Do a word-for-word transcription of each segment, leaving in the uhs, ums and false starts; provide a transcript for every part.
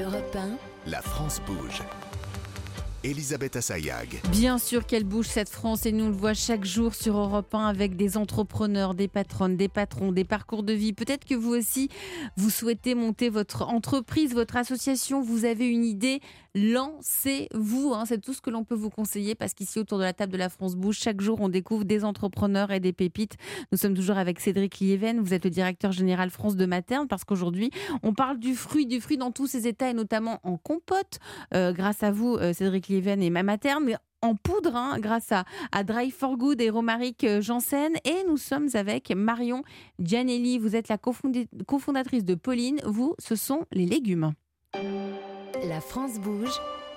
Europe un, La France bouge. Elisabeth Assayag. Bien sûr qu'elle bouge cette France et nous le voit chaque jour sur Europe un avec des entrepreneurs, des patronnes, des patrons, des parcours de vie. Peut-être que vous aussi, vous souhaitez monter votre entreprise, votre association, vous avez une idée, lancez-vous. Hein, c'est tout ce que l'on peut vous conseiller parce qu'ici autour de la table de la France bouge, chaque jour on découvre des entrepreneurs et des pépites. Nous sommes toujours avec Cédric Lieven, vous êtes le directeur général France de Materne parce qu'aujourd'hui on parle du fruit, du fruit dans tous ses états et notamment en compote. Euh, grâce à vous, euh, Cédric Lieven et ma Materne, mais en poudre, hein, grâce à, à Dry for Good et Romaric Janssen. Et nous sommes avec Marion Gianelli. Vous êtes la cofond- cofondatrice de Pauline. Vous, ce sont les légumes. La France bouge,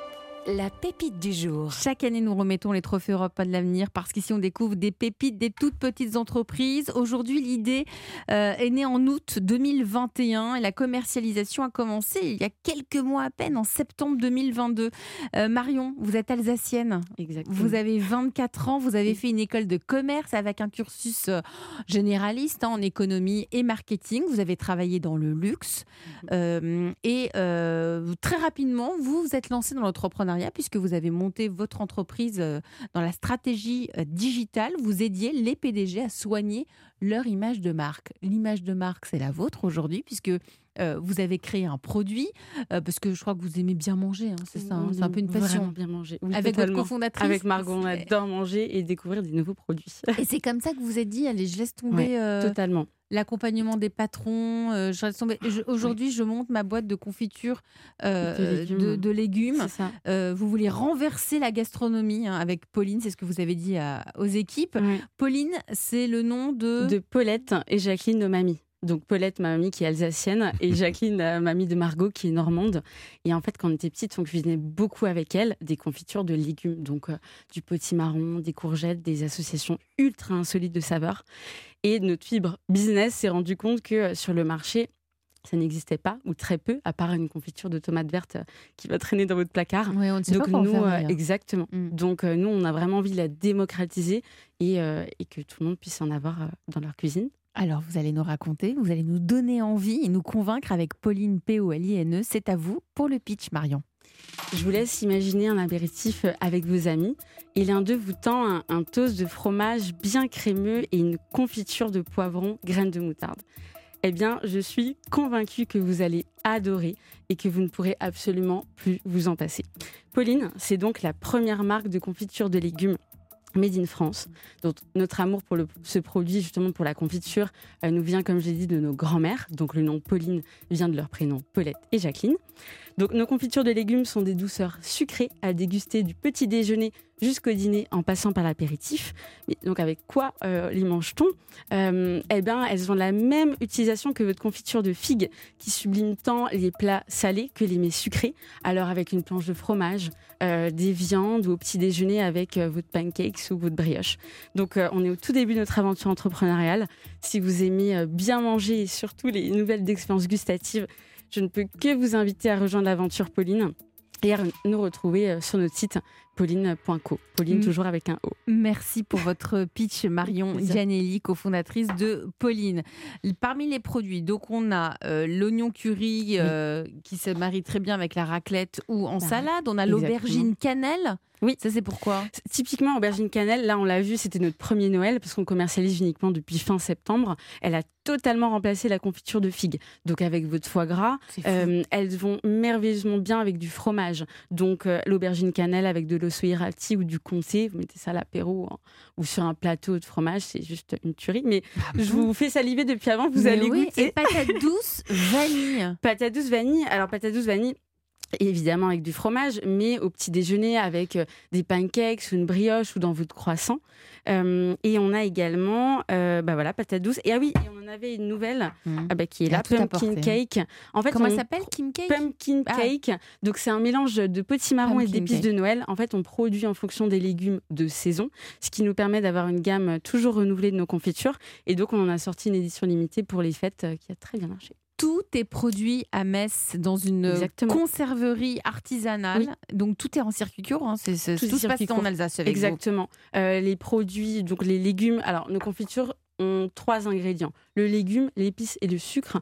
la pépite du jour. Chaque année, nous remettons les trophées Europe un de l'avenir parce qu'ici, on découvre des pépites, des toutes petites entreprises. Aujourd'hui, l'idée euh, est née en août deux mille vingt et un et la commercialisation a commencé il y a quelques mois à peine, en septembre deux mille vingt-deux. Euh, Marion, vous êtes alsacienne. Exactement. Vous avez vingt-quatre ans, vous avez fait une école de commerce avec un cursus euh, généraliste hein, en économie et marketing. Vous avez travaillé dans le luxe euh, et euh, très rapidement, vous vous êtes lancé dans l'entrepreneuriat puisque vous avez monté votre entreprise euh, dans la stratégie euh, digitale. Vous aidiez les P D G à soigner leur image de marque. L'image de marque, c'est la vôtre aujourd'hui puisque Euh, vous avez créé un produit, euh, parce que je crois que vous aimez bien manger, hein, c'est ça, hein, c'est un peu une passion. Vraiment bien manger. Oui, avec totalement. votre cofondatrice. Avec Margot, on c'est... adore manger et découvrir des nouveaux produits. Et c'est comme ça que vous vous êtes dit, allez, je laisse tomber Ouais, euh, totalement. l'accompagnement des patrons. Euh, je laisse tomber. Je, aujourd'hui, je monte ma boîte de confiture euh, De légumes. de, de légumes. C'est ça. Euh, vous voulez renverser la gastronomie hein, avec Pauline, c'est ce que vous avez dit à, aux équipes. Ouais. Pauline, c'est le nom de... De Paulette et Jacqueline, nos mamies. Donc Paulette, ma mamie qui est alsacienne, et Jacqueline, la mamie de Margot qui est normande. Et en fait, quand on était petite, on cuisinait beaucoup avec elle des confitures de légumes. Donc euh, du potimarron, des courgettes, des associations ultra insolites de saveurs. Et notre fibre business s'est rendu compte que euh, sur le marché, ça n'existait pas, ou très peu, à part une confiture de tomates vertes euh, qui va traîner dans votre placard. Ouais, on ne sait Donc pas quoi en nous, faire, euh, d'ailleurs. exactement. Mm. Donc euh, nous, on a vraiment envie de la démocratiser et, euh, et que tout le monde puisse en avoir euh, dans leur cuisine. Alors, vous allez nous raconter, vous allez nous donner envie et nous convaincre avec Pauline P O L I N E. C'est à vous pour le pitch, Marion. Je vous laisse imaginer un apéritif avec vos amis et l'un d'eux vous tend un, un toast de fromage bien crémeux et une confiture de poivron, graines de moutarde. Eh bien, je suis convaincue que vous allez adorer et que vous ne pourrez absolument plus vous en passer. Pauline, c'est donc la première marque de confiture de légumes Made in France. Donc, notre amour pour le, ce produit, justement pour la confiture, euh, nous vient, comme j'ai dit, de nos grands-mères. Donc, le nom Pauline vient de leurs prénoms Paulette et Jacqueline. Donc, nos confitures de légumes sont des douceurs sucrées à déguster du petit déjeuner jusqu'au dîner en passant par l'apéritif. Mais donc, avec quoi euh, les mange-t-on euh, Eh bien, elles ont la même utilisation que votre confiture de figues qui sublime tant les plats salés que les mets sucrés. Alors, avec une planche de fromage, euh, des viandes ou au petit déjeuner avec euh, votre pancakes ou votre brioche. Donc, euh, on est au tout début de notre aventure entrepreneuriale. Si vous aimez euh, bien manger et surtout les nouvelles expériences gustatives, je ne peux que vous inviter à rejoindre l'aventure Pauline et à nous retrouver sur notre site pauline point co. Pauline, Mm. toujours avec un O. Merci pour votre pitch, Marion Gianelli, cofondatrice de Pauline. Parmi les produits, donc on a euh, l'oignon curry euh, qui se marie très bien avec la raclette ou en Bah, salade. On a exactement. l'aubergine cannelle. Oui. Ça, c'est pourquoi ? Typiquement, aubergine cannelle, là on l'a vu, c'était notre premier Noël parce qu'on commercialise uniquement depuis fin septembre. Elle a totalement remplacé la confiture de figues. Donc avec votre foie gras, euh, elles vont merveilleusement bien avec du fromage. Donc euh, l'aubergine cannelle avec de l'osso râti ou du comté, vous mettez ça à l'apéro hein, ou sur un plateau de fromage, c'est juste une tuerie. Mais Ah je vous fais saliver depuis avant, vous Mais allez oui, goûter. et patate douce vanille. Patate douce vanille. Alors patate douce vanille, évidemment avec du fromage, mais au petit déjeuner avec euh, des pancakes ou une brioche ou dans votre croissant. Euh, et on a également, euh, bah voilà, patate douce. Et ah oui, et on en avait une nouvelle Mmh. ah bah, qui est Elle a là, tout pumpkin apporté. cake. En fait, Comment on- elle s'appelle, Kim Cake ? Pumpkin Ah. cake. Donc c'est un mélange de potimarron et Pumpkin d'épices cake. de Noël. En fait, on produit en fonction des légumes de saison, ce qui nous permet d'avoir une gamme toujours renouvelée de nos confitures. Et donc, on en a sorti une édition limitée pour les fêtes euh, qui a très bien marché. Tout est produit à Metz dans une Exactement. conserverie artisanale. Donc tout est en circuit court. Hein. C'est, c'est, Tout est tout se passe circuit en court. Alsace avec Exactement. Euh, les produits, donc les légumes. Alors, nos confitures ont trois ingrédients le légume, l'épice et le sucre.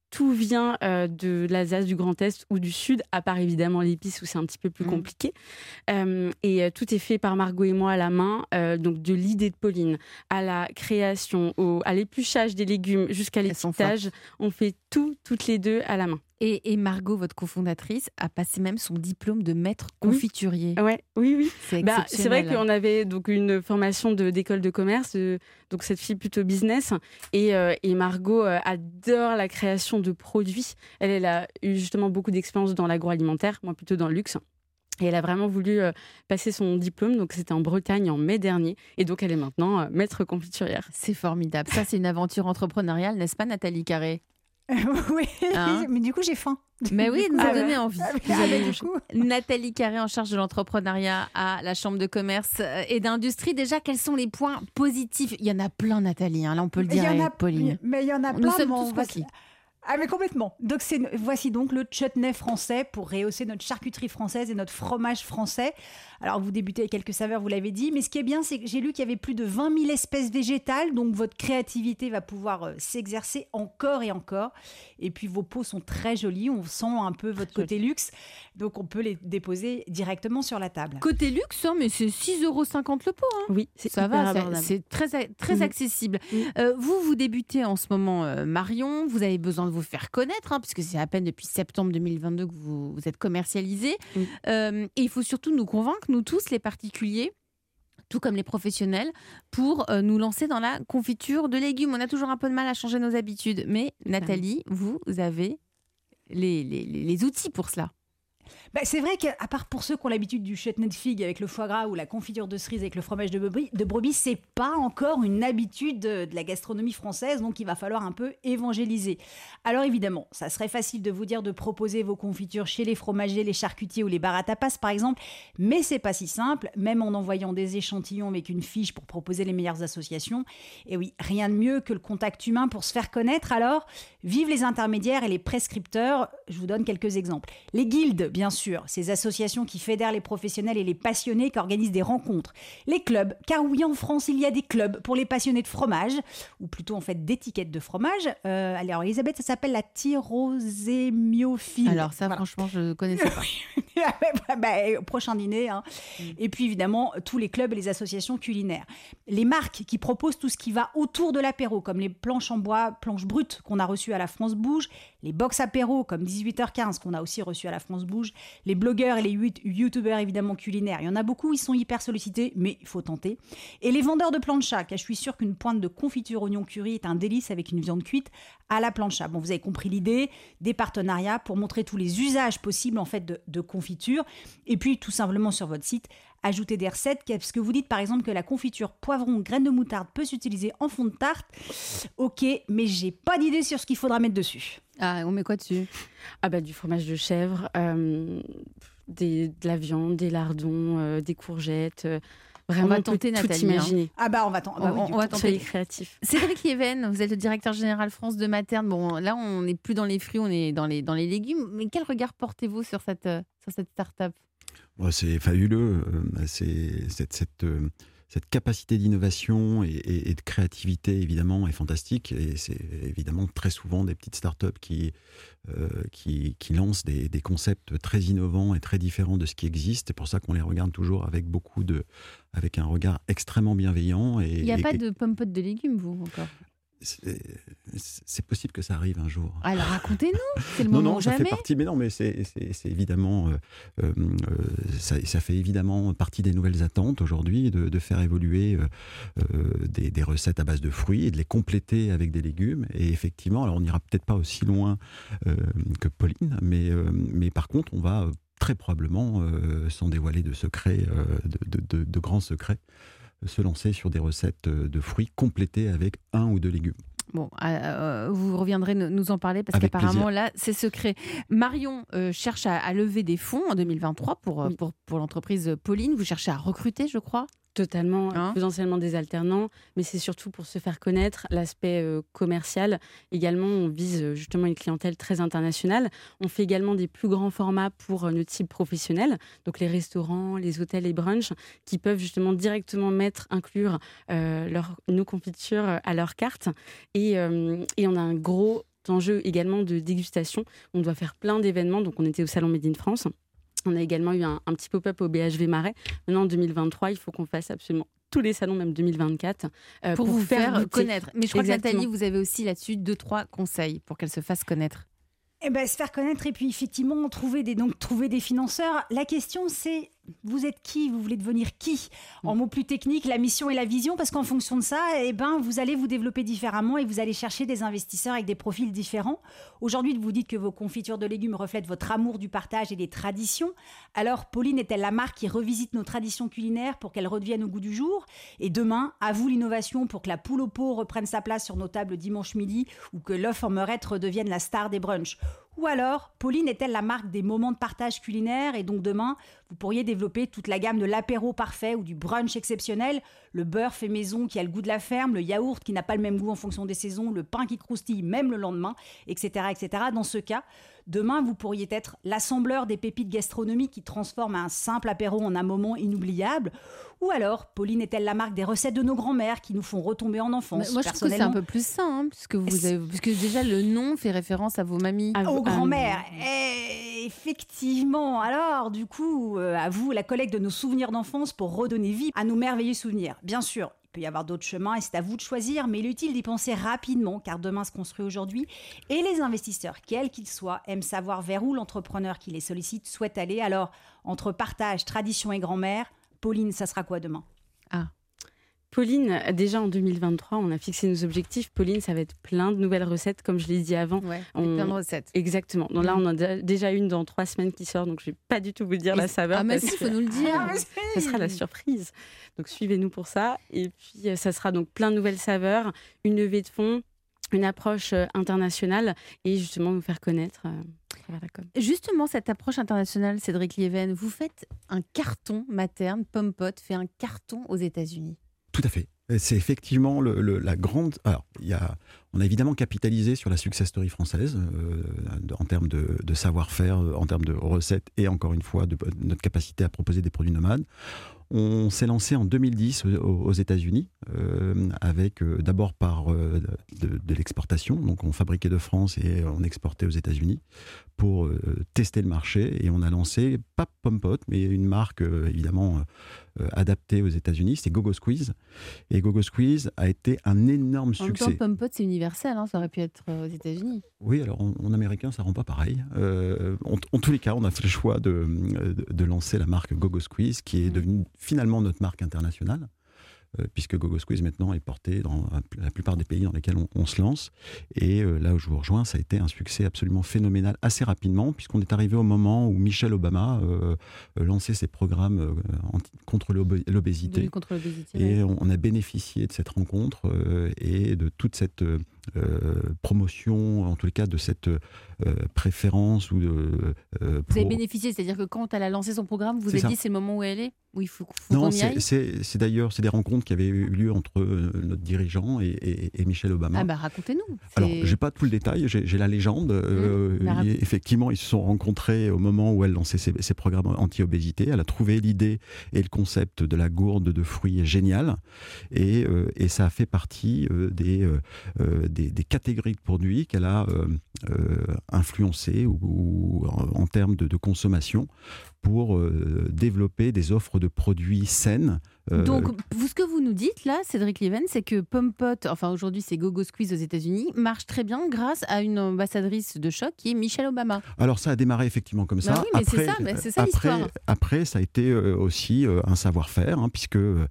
tout vient euh, de l'Alsace, du Grand Est ou du Sud, à part évidemment l'épice où c'est un petit peu plus mmh. compliqué. Euh, et euh, tout est fait par Margot et moi à la main, euh, donc de l'idée de Pauline à la création, au, à l'épluchage des légumes jusqu'à l'étiquetage. On fait tout, toutes les deux à la main. Et, et Margot, votre cofondatrice, a passé même son diplôme de maître confiturier. Oui, ouais, oui, oui. C'est bah, c'est vrai qu'on avait donc une formation de, d'école de commerce, euh, donc cette fille plutôt business. Et, euh, et Margot euh, adore la création de produits. Elle, elle a eu justement beaucoup d'expérience dans l'agroalimentaire, moi plutôt dans le luxe. Et elle a vraiment voulu euh, passer son diplôme, donc c'était en Bretagne en mai dernier. Et donc elle est maintenant euh, maître confiturière. C'est formidable. Ça, c'est une aventure entrepreneuriale, n'est-ce pas, Nathalie Carré ? Oui, hein mais du coup j'ai faim. Mais oui, elle nous a donné envie. Vous avez... Nathalie Carré en charge de l'entrepreneuriat à la Chambre de commerce et d'industrie. Déjà, quels sont les points positifs ? Il y en a plein, Nathalie, hein, là on peut le dire, il y en a, Pauline. Mais il y en a plein. Nous sommes tous conquis. Ah mais complètement. Donc c'est, voici donc le chutney français pour rehausser notre charcuterie française et notre fromage français. Alors vous débutez avec quelques saveurs, vous l'avez dit, mais ce qui est bien, c'est que j'ai lu qu'il y avait plus de vingt mille espèces végétales, donc votre créativité va pouvoir euh, s'exercer encore et encore. Et puis vos pots sont très jolis, on sent un peu votre côté luxe, donc on peut les déposer directement sur la table. Côté luxe, hein, mais c'est six euros cinquante le pot. Hein. Oui, c'est ça hyper va, abordable. c'est, c'est très, très mmh. accessible. Mmh. Euh, vous, vous débutez en ce moment, euh, Marion, vous avez besoin de vous faire connaître, hein, puisque c'est à peine depuis septembre deux mille vingt-deux que vous, vous êtes commercialisé. Mmh. Euh, et il faut surtout nous convaincre, nous tous, les particuliers, tout comme les professionnels, pour euh, nous lancer dans la confiture de légumes. On a toujours un peu de mal à changer nos habitudes. Mais Nathalie, vous, vous avez les, les, les outils pour cela. Bah, c'est vrai qu'à part pour ceux qui ont l'habitude du chutney de figue avec le foie gras ou la confiture de cerise avec le fromage de brebis, de brebis, c'est pas encore une habitude de, de la gastronomie française, donc il va falloir un peu évangéliser. Alors évidemment, ça serait facile de vous dire de proposer vos confitures chez les fromagers, les charcutiers ou les bars à tapas par exemple, mais c'est pas si simple, même en envoyant des échantillons avec une fiche pour proposer les meilleures associations. Et oui, rien de mieux que le contact humain pour se faire connaître. Alors, vive les intermédiaires et les prescripteurs. Je vous donne quelques exemples. Les guildes, bien sûr. Sûr, ces associations qui fédèrent les professionnels et les passionnés qui organisent des rencontres. Les clubs, car oui, en France, il y a des clubs pour les passionnés de fromage, ou plutôt en fait d'étiquettes de fromage. Euh, alors, Elisabeth, ça s'appelle la tyrosémiophile. Alors ça, voilà. Franchement, je ne connaissais pas. bah, au prochain dîner. Hein. Mm. Et puis, évidemment, tous les clubs et les associations culinaires. Les marques qui proposent tout ce qui va autour de l'apéro, comme les planches en bois, planches brutes qu'on a reçues à la France Bouge, les box apéro, comme dix-huit heures quinze, qu'on a aussi reçues à la France Bouge, les blogueurs et les youtubeurs évidemment culinaires, il y en a beaucoup, ils sont hyper sollicités, mais il faut tenter. Et les vendeurs de plancha, car je suis sûre qu'une pointe de confiture oignon curry est un délice avec une viande cuite à la plancha. Bon, vous avez compris l'idée, des partenariats pour montrer tous les usages possibles en fait de, de confiture. Et puis tout simplement sur votre site, ajouter des recettes, parce que vous dites par exemple que la confiture poivron, graines de moutarde peut s'utiliser en fond de tarte. Ok, mais j'ai pas d'idée sur ce qu'il faudra mettre dessus. Ah, on met quoi dessus ? Ah bah du fromage de chèvre, euh, des, de la viande, des lardons, euh, des courgettes. Euh, vraiment, on va tenter, tout, Nathalie. Tout imaginer. Hein. Ah bah on va, t- bah, on, oui, on va tenter. Soyez créatifs. Cédric Yéven, vous êtes le directeur général France de Materne. Bon, là, on n'est plus dans les fruits, on est dans les, dans les légumes. Mais quel regard portez-vous sur cette, sur cette start-up ? Ouais, c'est fabuleux. C'est cette, cette, cette capacité d'innovation et, et, et de créativité, évidemment, est fantastique. Et c'est évidemment très souvent des petites startups qui, euh, qui, qui lancent des, des concepts très innovants et très différents de ce qui existe. C'est pour ça qu'on les regarde toujours avec beaucoup de, avec un regard extrêmement bienveillant. Et, il n'y a et, pas de pomme-pote de légumes, vous, encore ? C'est, c'est possible que ça arrive un jour. Alors racontez-nous, c'est le non, moment non, ça jamais. fait partie, mais non, mais c'est, c'est, c'est évidemment, euh, euh, ça, ça fait évidemment partie des nouvelles attentes aujourd'hui de, de faire évoluer euh, des, des recettes à base de fruits et de les compléter avec des légumes. Et effectivement, alors on n'ira peut-être pas aussi loin euh, que Pauline, mais, euh, mais par contre, on va très probablement, euh, sans dévoiler de secrets, euh, de, de, de, de grands secrets, se lancer sur des recettes de fruits complétées avec un ou deux légumes. Bon, euh, vous reviendrez nous en parler parce avec qu'apparemment plaisir. Là, c'est secret. Marion euh, cherche à, à lever des fonds en deux mille vingt-trois pour, oui. pour, pour l'entreprise Pauline. Vous cherchez à recruter, je crois ? Totalement, hein potentiellement des alternants, mais c'est surtout pour se faire connaître, l'aspect euh, commercial. Également, on vise justement une clientèle très internationale. On fait également des plus grands formats pour euh, notre cible professionnelle, donc les restaurants, les hôtels et brunchs, qui peuvent justement directement mettre, inclure euh, leur, nos confitures à leur carte. Et, euh, et on a un gros enjeux également de dégustation. On doit faire plein d'événements, donc on était au Salon Made in France. On a également eu un, un petit pop-up au B H V Marais. Maintenant, en deux mille vingt-trois, il faut qu'on fasse absolument tous les salons, même deux mille vingt-quatre, euh, pour, pour vous faire, faire connaître. Mais je crois Exactement. que Nathalie, vous avez aussi là-dessus deux, trois conseils pour qu'elle se fasse connaître. Eh ben, se faire connaître et puis effectivement trouver des, donc, trouver des financeurs. La question, c'est vous êtes qui ? Vous voulez devenir qui ? En mots plus techniques, la mission et la vision, parce qu'en fonction de ça, eh ben, vous allez vous développer différemment et vous allez chercher des investisseurs avec des profils différents. Aujourd'hui, vous dites que vos confitures de légumes reflètent votre amour du partage et des traditions. Alors, Pauline est-elle la marque qui revisite nos traditions culinaires pour qu'elles redeviennent au goût du jour ? Et demain, à vous l'innovation pour que la poule au pot reprenne sa place sur nos tables dimanche midi ou que l'œuf en meurette redevienne la star des brunchs ? Ou alors, Pauline est-elle la marque des moments de partage culinaire et donc demain, vous pourriez développer toute la gamme de l'apéro parfait ou du brunch exceptionnel, le beurre fait maison qui a le goût de la ferme, le yaourt qui n'a pas le même goût en fonction des saisons, le pain qui croustille même le lendemain, et cetera, et cetera. Dans ce cas, demain, vous pourriez être l'assembleur des pépites gastronomiques qui transforment un simple apéro en un moment inoubliable. Ou alors, Pauline est-elle la marque des recettes de nos grands-mères qui nous font retomber en enfance ? Mais moi, je trouve que c'est un peu plus sain, hein, puisque, vous avez, puisque déjà le nom fait référence à vos mamies. À aux grand-mères. Et effectivement. Alors, du coup, euh, à vous, la collecte de nos souvenirs d'enfance pour redonner vie à nos merveilleux souvenirs. Bien sûr, il peut y avoir d'autres chemins et c'est à vous de choisir, mais il est utile d'y penser rapidement, car demain se construit aujourd'hui. Et les investisseurs, quels qu'ils soient, aiment savoir vers où l'entrepreneur qui les sollicite souhaite aller. Alors, entre partage, tradition et grand-mère, Pauline, ça sera quoi demain ? Ah. Pauline, déjà en deux mille vingt-trois, on a fixé nos objectifs. Pauline, ça va être plein de nouvelles recettes, comme je l'ai dit avant. Ouais, on... plein de recettes. Exactement. Donc là, on en a déjà une dans trois semaines qui sort, donc je ne vais pas du tout vous dire Et la saveur. Ah, mais si, il faut nous le dire. Ah, Ça sera la surprise. Donc suivez-nous pour ça. Et puis, ça sera donc plein de nouvelles saveurs, une levée de fonds, une approche internationale et justement nous faire connaître. Euh... Justement, cette approche internationale, Cédric Lieven, vous faites un carton materne, Pompot fait un carton aux États-Unis. Tout à fait. C'est effectivement le, le, la grande... Alors, il y a, on a évidemment capitalisé sur la success story française euh, en termes de, de savoir-faire, en termes de recettes et encore une fois de, de notre capacité à proposer des produits nomades. On s'est lancé en deux mille dix aux, aux États-Unis, euh, avec euh, d'abord par euh, de, de l'exportation. Donc, on fabriquait de France et on exportait aux États-Unis pour euh, tester le marché. Et on a lancé, pas Pompot, mais une marque euh, évidemment euh, adaptée aux États-Unis. C'est Go Go Squeeze. Et Go Go Squeeze a été un énorme succès. En même temps, Pompot, c'est universel, hein, ça aurait pu être aux États-Unis. Oui, alors en, en américain, ça ne rend pas pareil. Euh, en, en tous les cas, on a fait le choix de, de, de lancer la marque Go Go Squeeze, qui est devenue finalement notre marque internationale, euh, puisque Go Go Squeeze maintenant est porté dans la plupart des pays dans lesquels on, on se lance. Et euh, là où je vous rejoins, ça a été un succès absolument phénoménal assez rapidement, puisqu'on est arrivé au moment où Michelle Obama euh, lançait ses programmes euh, anti- contre l'obé- l'obésité. Contre l'obésité. Et ouais. on, on a bénéficié de cette rencontre euh, et de toute cette euh, promotion, en tous les cas de cette euh, préférence. Ou de, euh, vous avez pour... bénéficié, c'est-à-dire que quand elle a lancé son programme, vous C'est avez ça. dit c'est le moment où elle est, où il faut, faut Non, qu'on y c'est, aille. c'est, c'est d'ailleurs c'est des rencontres qui avaient eu lieu entre euh, notre dirigeant et, et, et Michelle Obama. Ah bah racontez-nous. C'est... Alors, j'ai pas tout le détail, j'ai, j'ai la légende. Euh, Mmh, la et effectivement, ils se sont rencontrés au moment où elle lançait ses, ses programmes anti-obésité. Elle a trouvé l'idée et le concept de la gourde de fruits génial. Et, euh, et ça a fait partie euh, des, euh, des, des catégories de produits qu'elle a euh, euh, influencées ou, ou en, en termes de, de consommation pour euh, développer des offres de produits saines. Euh, Donc, vous, ce que vous nous dites là, Cédric Lieven, c'est que Pompot, enfin aujourd'hui c'est Go Go Squeeze aux États-Unis, marche très bien grâce à une ambassadrice de choc qui est Michelle Obama. Alors ça a démarré effectivement comme ça. Bah oui, mais après, c'est ça, mais c'est ça après, l'histoire. Après, ça a été euh, aussi euh, un savoir-faire, hein, puisque euh,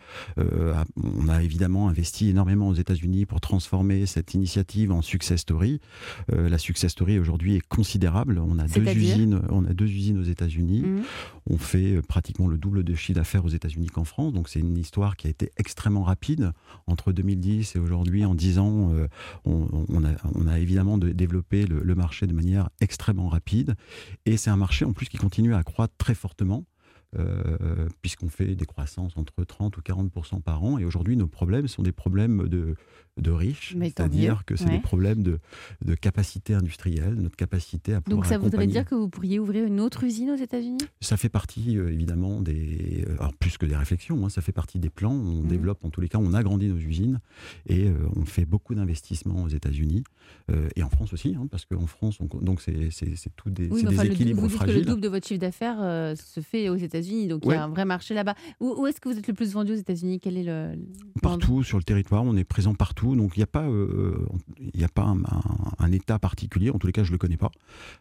on a évidemment investi énormément aux États-Unis pour transformer cette initiative en success story. Euh, la success story aujourd'hui est considérable. On a deux C'est-à-dire usines, on a deux usines aux États-Unis. Mmh. On fait euh, pratiquement le double de chiffre d'affaires aux États-Unis qu'en France. Donc c'est une histoire qui a été extrêmement rapide entre deux mille dix et aujourd'hui. En dix ans, euh, on, on, a, on a évidemment de, développé le, le marché de manière extrêmement rapide. Et c'est un marché en plus qui continue à croître très fortement. euh, puisqu'on fait des croissances entre trente ou quarante pour cent par an. Et aujourd'hui, nos problèmes sont des problèmes de, de riches, Mais tant c'est-à-dire mieux. que c'est Ouais. des problèmes de, de capacité industrielle, notre capacité à pouvoir Donc ça voudrait accompagner. dire que vous pourriez ouvrir une autre usine aux États-Unis ? Ça fait partie euh, évidemment des, euh, alors plus que des réflexions, hein, ça fait partie des plans. On Mmh. développe en tous les cas, on agrandit nos usines et euh, on fait beaucoup d'investissements aux États-Unis euh, et en France aussi, hein, parce qu'en France, on, donc c'est, c'est, c'est tout des, Oui, c'est mais des enfin, le, équilibres vous dites fragiles. que le double de votre chiffre d'affaires euh, se fait aux États-Unis, donc il Ouais. y a un vrai marché là-bas. Où, où est-ce que vous êtes le plus vendu aux États-Unis ? Quel est le le- Partout sur le territoire, on est présent partout, donc il n'y a pas, euh, il y a pas un, un, un état particulier. En tous les cas, je le connais pas,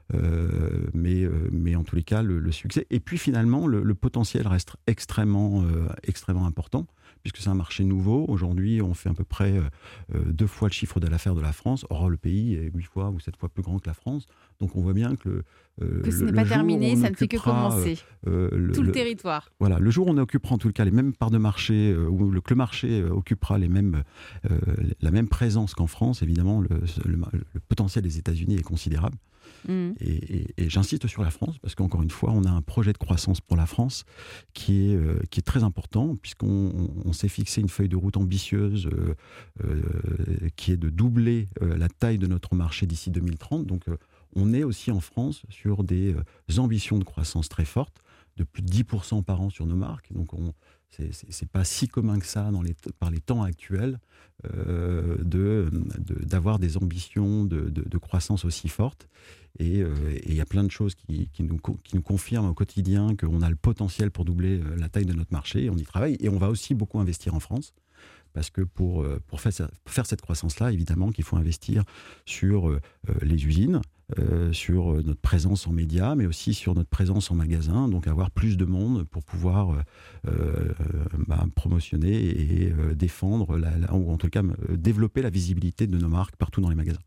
euh, mais euh, mais en tous les cas, le, le succès. Et puis finalement, le, le potentiel reste extrêmement euh, extrêmement important, puisque c'est un marché nouveau. Aujourd'hui, on fait à peu près euh, deux fois le chiffre d'affaires de la France. Or, le pays est huit fois ou sept fois plus grand que la France. Donc, on voit bien que le euh, Que ce le- n'est le pas jour terminé, où on ça ne fait que occupera, commencer. euh, le- Tout le le- territoire. Voilà, le jour où on occupera en tout cas les mêmes parts de marché, euh, où le, que le marché euh, occupera les mêmes, euh, la même présence qu'en France, évidemment, le, le, le potentiel des États-Unis est considérable. Mmh. Et, et- et j'insiste sur la France, parce qu'encore une fois, on a un projet de croissance pour la France qui est, euh, qui est très important, puisqu'on on, on s'est fixé une feuille de route ambitieuse euh, euh, qui est de doubler euh, la taille de notre marché d'ici deux mille trente. Donc, euh, on est aussi en France sur des euh, ambitions de croissance très fortes, de plus de dix pour cent par an sur nos marques. Donc, on, c'est, c'est, c'est pas si commun que ça dans les, par les temps actuels euh, de, de, d'avoir des ambitions de, de, de croissance aussi fortes. Et il y a plein de choses qui, qui, nous, qui nous confirment au quotidien qu'on a le potentiel pour doubler euh, la taille de notre marché. Et on y travaille. Et on va aussi beaucoup investir en France. Parce que pour, euh, pour, faire, pour faire cette croissance-là, évidemment qu'il faut investir sur euh, les usines, euh, sur notre présence en médias, mais aussi sur notre présence en magasin. Donc avoir plus de monde pour pouvoir euh, euh, bah, promotionner et euh, défendre, la, la, ou en tout cas euh, développer la visibilité de nos marques partout dans les magasins.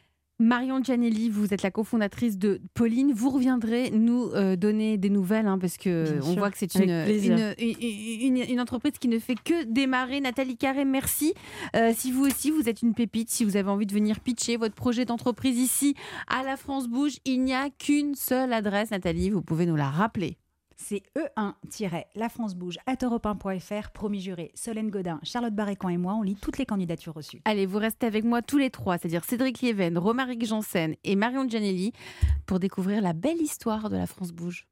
Marion Gianelli, vous êtes la cofondatrice de Pauline. Vous reviendrez nous euh, donner des nouvelles, hein, parce que Bien on sûr, voit que c'est avec une, plaisir. une, une, une, une entreprise qui ne fait que démarrer. Nathalie Carré, merci. Euh, si vous aussi, vous êtes une pépite, si vous avez envie de venir pitcher votre projet d'entreprise ici à la France Bouge, il n'y a qu'une seule adresse. Nathalie, vous pouvez nous la rappeler. C'est e un tiret la france bouge arobase europe un point f r. Promis juré, Solène Godin, Charlotte Barrécan et moi, on lit toutes les candidatures reçues. Allez, vous restez avec moi tous les trois, c'est-à-dire Cédric Lieven, Romaric Janssen et Marion Gianelli, pour découvrir la belle histoire de la France Bouge.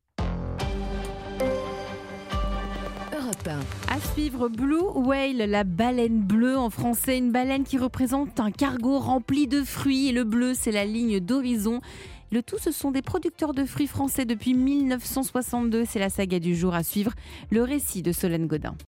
Europe un. À suivre, Blue Whale, la baleine bleue en français, une baleine qui représente un cargo rempli de fruits. Et le bleu, c'est la ligne d'horizon. Le tout, ce sont des producteurs de fruits français depuis mille neuf cent soixante-deux. C'est la saga du jour à suivre. Le récit de Solène Godin.